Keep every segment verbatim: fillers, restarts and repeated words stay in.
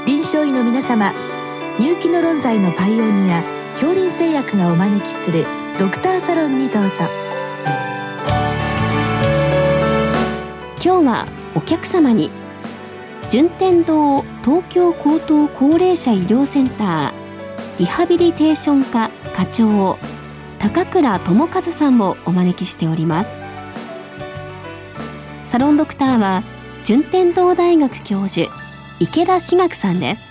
臨床医の皆様、入気の論剤のパイオニア恐林製薬がお招きするドクターサロンにどうぞ。 今日はお客様に順天堂東京高等高齢者医療センターリハビリテーション科課長高倉智和さんをお招きしております。サロンドクターは順天堂大学教授池田志学さんです。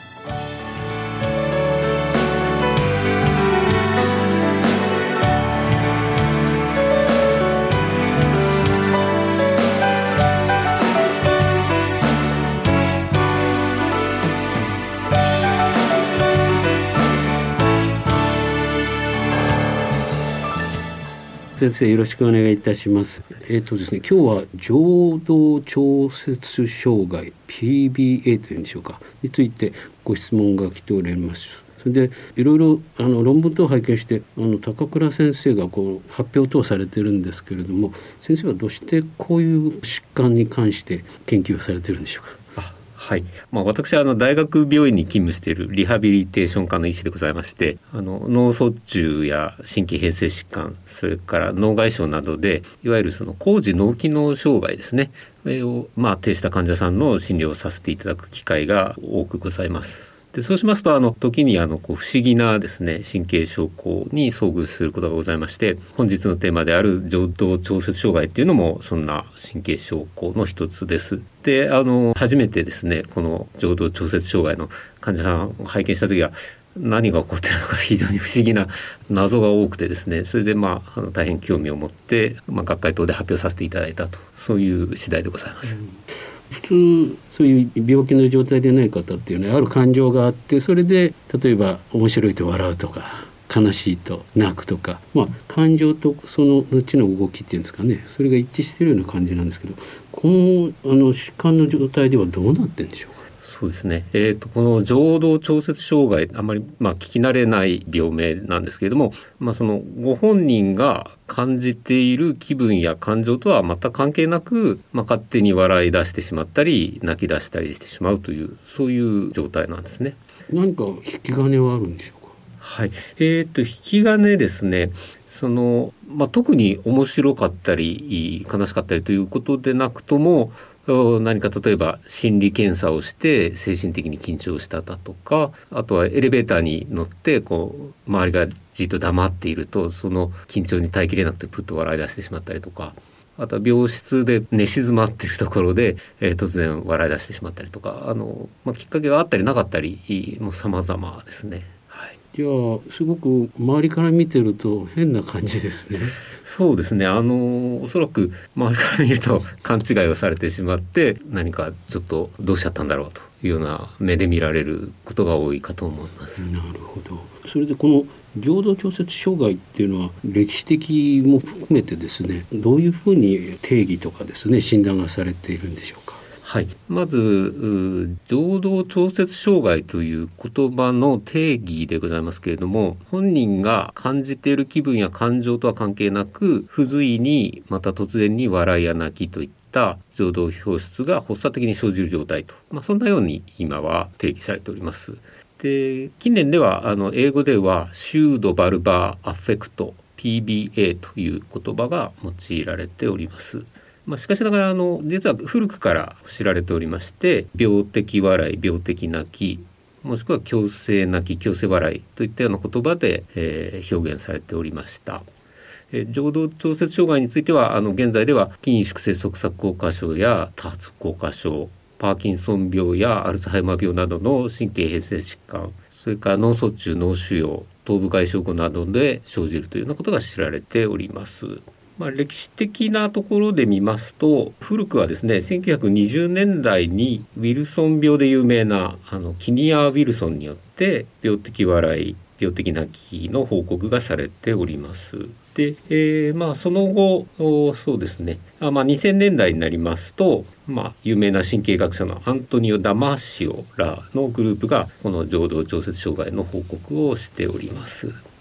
先生、よろしくお願いいたします。えーとですね、今日は情動調節障害 ピービーエー というんでしょうかについてご質問が来ております。それでいろいろあの論文等を拝見してあの高倉先生がこう発表等されてるんですけれども、先生はどうしてこういう疾患に関して研究をされてるんでしょうか。 はい、まあ、私はあの大学病院に勤務しているリハビリテーション科の医師でございまして、あの脳卒中や神経変性疾患、それから脳外傷などでいわゆるその高次脳機能障害ですね、これをまあ呈した患者さんの診療をさせていただく機会が多くございます。でそうしますとあの時にあのこう不思議なですね神経症候に遭遇することがございまして、本日のテーマである情動調節障害っていうのもそんな神経症候の一つです。であの初めてですねこの情動調節障害の患者さんを拝見した時は何が起こっているのか非常に不思議な謎が多くてですね、それでまああの大変興味を持って、まあ、学会等で発表させていただいたと、そういう次第でございます。うん、 普通そういう病気の状態でない方っていうのはある感情があって、それで例えば面白いと笑うとか悲しいと泣くとか、まあ、感情とその後の動きっていうんですかね、それが一致しているような感じなんですけど、このあの疾患の状態ではどうなってるんでしょうか。 そうですね、えーと、この情動調節障害、あまり、まあ、聞き慣れない病名なんですけれども、まあ、そのご本人が感じている気分や感情とは全く関係なく、まあ、勝手に笑い出してしまったり泣き出したりしてしまうという、そういう状態なんですね。 何か引き金はあるんでしょうか。 はい、えーと、引き金ですね、その、まあ、特に面白かったり悲しかったりということでなくとも、何か例えば心理検査をして精神的に緊張しただとか、あとはエレベーターに乗ってこう周りがじっと黙っているとその緊張に耐えきれなくてプッと笑い出してしまったりとか、あとは病室で寝静まっているところで、えー、突然笑い出してしまったりとか、あの、まあ、きっかけがあったりなかったりもう様々ですね。 じゃあすごく周りから見てると変な感じですね。 そうですね、あのおそらく周りから見ると勘違いをされてしまって何かちょっとどうしちゃったんだろうというような目で見られることが多いかと思います。 なるほど。それでこの情動調節障害っていうのは歴史的も含めてですね、どういうふうに定義とかですね診断がされているんでしょうか。 はい、まず情動調節障害という言葉の定義でございますけれども、本人が感じている気分や感情とは関係なく不随にまた突然に笑いや泣きといった情動表出が発作的に生じる状態と、まあ、そんなように今は定義されております。で近年ではあの英語ではシュードバルバーアフェクト ピービーエー という言葉が用いられております。まあ、しかしながらあの実は古くから知られておりまして、病的笑い、病的泣き、もしくは強制泣き、強制笑いといったような言葉で、えー、表現されておりました。えー、情動調節障害についてはあの現在では筋萎縮性側索硬化症や多発硬化症、パーキンソン病やアルツハイマー病などの神経変性疾患、それから脳卒中、脳腫瘍、頭部外傷後などで生じるというようなことが知られております。まあ、歴史的なところで見ますと、古くはですねせんきゅうひゃくにじゅうねんだいにウィルソン病で有名なあのキニア・ウィルソンによって病的笑い、病的泣きの報告がされております。で、えーまあ、その後そうですねあ、まあ、にせんねんだいになりますと、まあ、有名な神経学者のアントニオ・ダマシオらのグループがこの情動調節障害の報告をしております。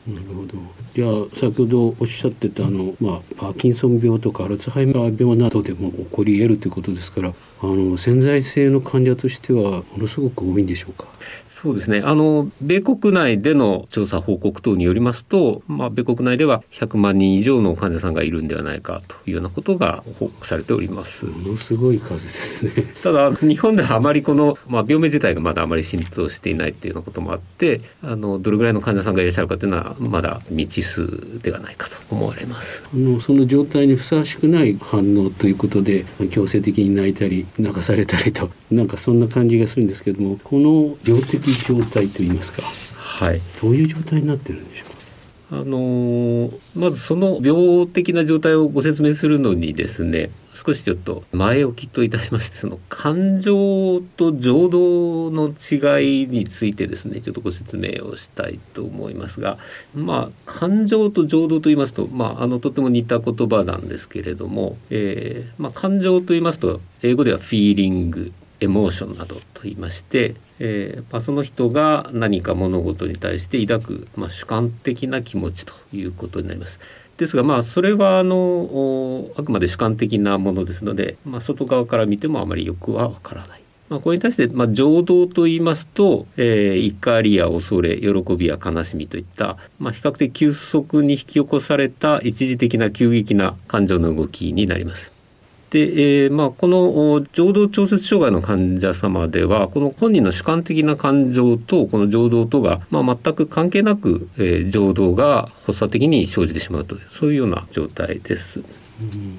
なるほど。じゃあ先ほどおっしゃってたあの、まあ、パーキンソン病とかアルツハイマー病などでも起こり得るということですから、あの潜在性の患者としてはものすごく多いんでしょうか。 そうですね。あの米国内での調査報告等によりますと、まあ、米国内ではひゃくまんにん以上の患者さんがいるんではないかというようなことが報告されております。 ものすごい数ですね。 ただ日本ではあまりこの、まあ、病名自体がまだあまり浸透していないというようなこともあって、あのどれぐらいの患者さんがいらっしゃるかというのはまだ未知数ではないかと思われます。 あのその状態にふさわしくない反応ということで強制的に泣いたり泣かされたりと、なんかそんな感じがするんですけども、この病的状態といいますか、 はい、 どういう状態になってるんでしょうか。 あのー、まずその病的な状態をご説明するのにですね、少しちょっと前置きといたしまして、その感情と情動の違いについてですね、ちょっとご説明をしたいと思いますが、まあ感情と情動と言いますと、まああのとても似た言葉なんですけれども、えーまあ、感情と言いますと英語ではフィーリング、エモーションなどと言いまして、えーまあ、その人が何か物事に対して抱く、まあ、主観的な気持ちということになります。ですが、まあそれはあのあくまで主観的なものですので、まあ、外側から見てもあまりよくはわからない。まあ、これに対して、まあ、情動と言いますと、えー、怒りや恐れ、喜びや悲しみといった、まあ、比較的急速に引き起こされた一時的な急激な感情の動きになります。で、えーまあ、この情動調節障害の患者様では、この本人の主観的な感情とこの情動とが、まあ、全く関係なく、えー、情動が発作的に生じてしまうという、そういうような状態です。 うん、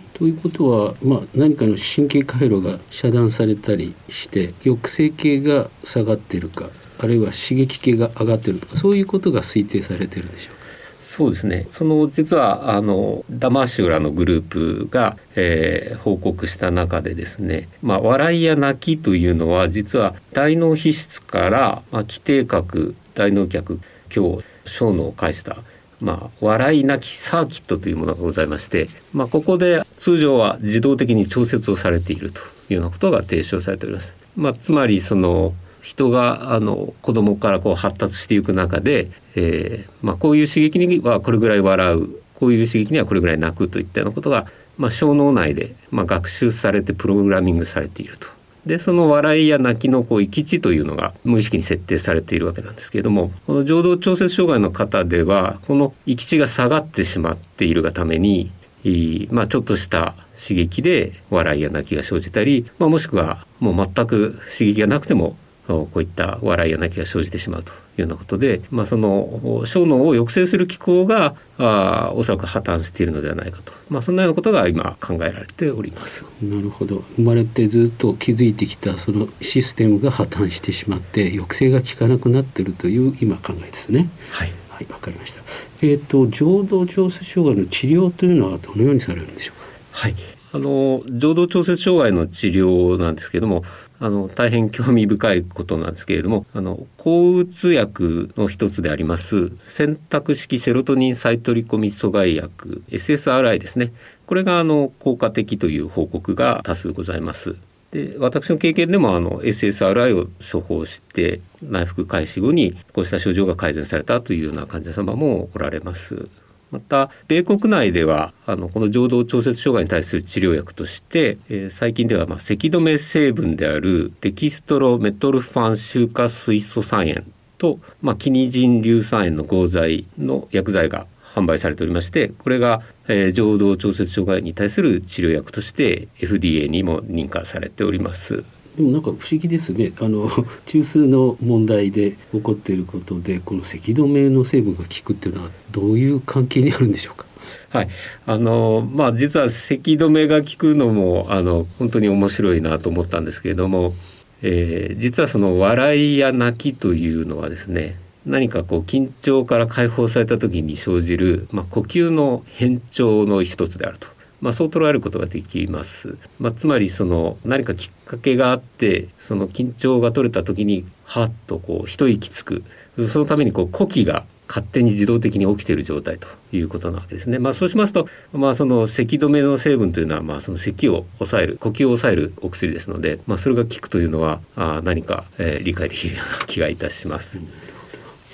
ということは、まあ、何かの神経回路が遮断されたりして抑制系が下がっているか、あるいは刺激系が上がっているとか、そういうことが推定されているんでしょうか。 そうですね。その実はあのダマーシュラのグループが、えー、報告した中でですね、まあ、笑いや泣きというのは実は大脳皮質から、まあ、基底核、大脳脚、胸、小脳を介した、まあ、笑い泣きサーキットというものがございまして、まあ、ここで通常は自動的に調節をされているというようなことが提唱されております。まあ、つまりその人があの子供からこう発達していく中で、えーまあ、こういう刺激にはこれぐらい笑う、こういう刺激にはこれぐらい泣くといったようなことが、まあ、小脳内で、まあ、学習されてプログラミングされていると。でその笑いや泣きのこう閾値というのが無意識に設定されているわけなんですけれども、この情動調節障害の方ではこの閾値が下がってしまっているがために、まあ、ちょっとした刺激で笑いや泣きが生じたり、まあ、もしくはもう全く刺激がなくてもこういった笑いや泣きが生じてしまうというようなことで、まあ、その小脳を抑制する機構があおそらく破綻しているのではないかと、まあ、そんなようなことが今考えられております。 なるほど。生まれてずっと築いてきたそのシステムが破綻してしまって抑制が効かなくなっているという今考えですね。 はい、 はい、わかりました。えーと、情動調節障害の治療というのはどのようにされるんでしょうか。 はい、あの情動調節障害の治療なんですけれども、あの大変興味深いことなんですけれども、あの抗うつ薬の一つであります選択式セロトニン再取り込み阻害薬 エスエスアールアイ ですね。これがあの効果的という報告が多数ございます。で私の経験でもあの エスエスアールアイ を処方して内服開始後にこうした症状が改善されたというような患者様もおられます。また米国内ではあのこの情動調節障害に対する治療薬として、えー、最近ではまあ咳止め成分であるデキストロメトルファン臭化水素酸塩と、まあ、キニジン硫酸塩の合剤の薬剤が販売されておりまして、これが、えー、情動調節障害に対する治療薬として エフディーエー にも認可されております。 でもなんか不思議ですね。あの中枢の問題で起こっていることでこの咳止めの成分が効くっていうのはどういう関係にあるんでしょうか。 はい、あのまあ実は咳止めが効くのもあの本当に面白いなと思ったんですけれども、えー、実はその笑いや泣きというのはですね、何かこう緊張から解放された時に生じる、まあ、呼吸の変調の一つであると、まあ、そう捉えることができます。まあ、つまりその何かきっかけがあってその緊張が取れた時にはっとこう一息つく、そのためにこう呼気が勝手に自動的に起きている状態ということなわけですね。まあ、そうしますと、まあ、その咳止めの成分というのは、まあ、その咳を抑える、呼吸を抑えるお薬ですので、まあ、それが効くというのはあ何か、えー、理解できるような気がいたします。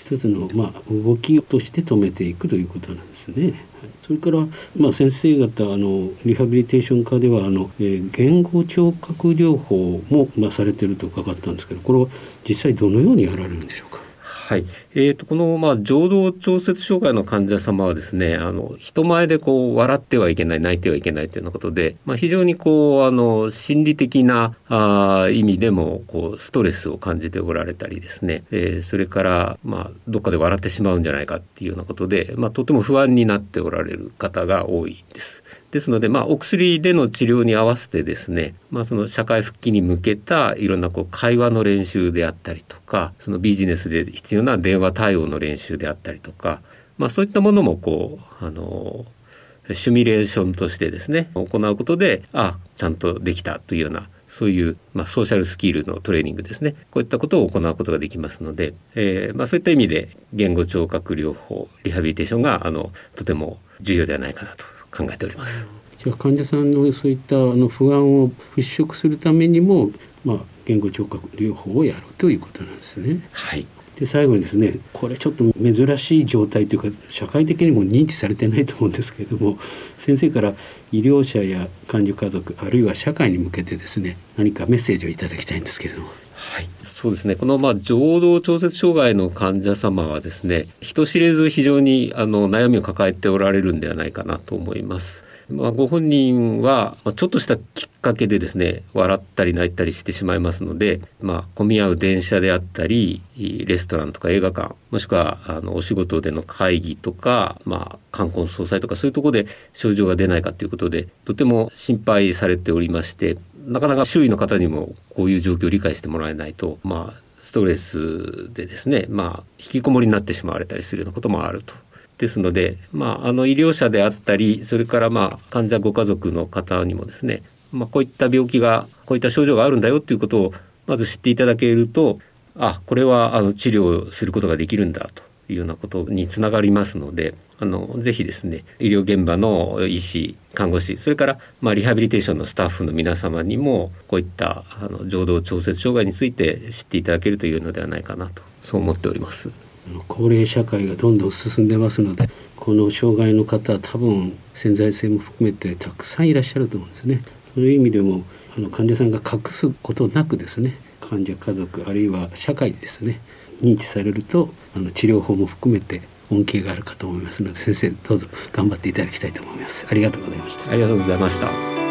一つの、まあ、動きとして止めていくということなんですね。それから、まあ、先生方あのリハビリテーション科ではあの、えー、言語聴覚療法も、まあ、されていると伺ったんですけど、これは実際どのようにやられるんでしょうか。 はい、えーと、この、まあ、情動調節障害の患者様はですね、あの人前でこう笑ってはいけない、泣いてはいけないというようなことで、まあ、非常にこうあの心理的なあ意味でもこうストレスを感じておられたりですね、えー、それから、まあ、どっかで笑ってしまうんじゃないかっていうようなことで、まあ、とても不安になっておられる方が多いです。ですので、まあ、お薬での治療に合わせてですね、まあ、その社会復帰に向けたいろんなこう会話の練習であったりとか、そのビジネスで必要な電話対応の練習であったりとか、まあ、そういったものもこうあのシミュレーションとしてですね行うことで、あちゃんとできたというようなそういう、まあ、ソーシャルスキルのトレーニングですね、こういったことを行うことができますので、えーまあ、そういった意味で言語聴覚療法リハビリテーションがあのとても重要ではないかなと考えております。 じゃあ患者さんのそういったあの不安を払拭するためにも、まあ、言語聴覚療法をやるということなんですね。 はい。 で最後にですね、これちょっと珍しい状態というか社会的にも認知されてないと思うんですけれども、先生から医療者や患者家族あるいは社会に向けてですね、何かメッセージをいただきたいんですけれども。 はい、そうですね。このまあ情動調節障害の患者様はですね、人知れず非常にあの悩みを抱えておられるんではないかなと思います。まあ、ご本人はちょっとしたきっかけでですね笑ったり泣いたりしてしまいますので、まあ、混み合う電車であったりレストランとか映画館、もしくはあのお仕事での会議とか、まあ、冠婚葬祭とかそういうところで症状が出ないかということでとても心配されておりまして、なかなか周囲の方にもこういう状況を理解してもらえないと、まあ、ストレスでですね、まあ、引きこもりになってしまわれたりするようなこともあると。ですので、まあ、あの医療者であったり、それからまあ患者ご家族の方にもですね、まあ、こういった病気がこういった症状があるんだよということをまず知っていただけると、あこれはあの治療することができるんだというようなことにつながりますので、あのぜひですね医療現場の医師看護師、それからまあリハビリテーションのスタッフの皆様にもこういったあの情動調節障害について知っていただけるというのではないかなと、そう思っております。 高齢社会がどんどん進んでますので、この障害の方は多分潜在性も含めてたくさんいらっしゃると思うんですね。そういう意味でもあの患者さんが隠すことなくですね、患者家族あるいは社会にですね認知されるとあの治療法も含めて恩恵があるかと思いますので、先生どうぞ頑張っていただきたいと思います。ありがとうございました。 ありがとうございました。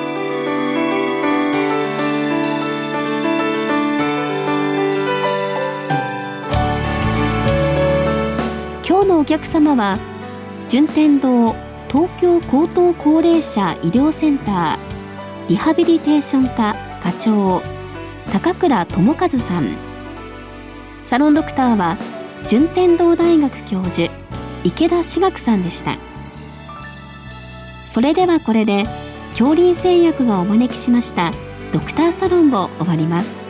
今日のお客様は順天堂東京高等高齢者医療センターリハビリテーション科課長高倉智和さん、サロンドクターは順天堂大学教授池田志学さんでした。それではこれで恐林製薬がお招きしましたドクターサロンを終わります。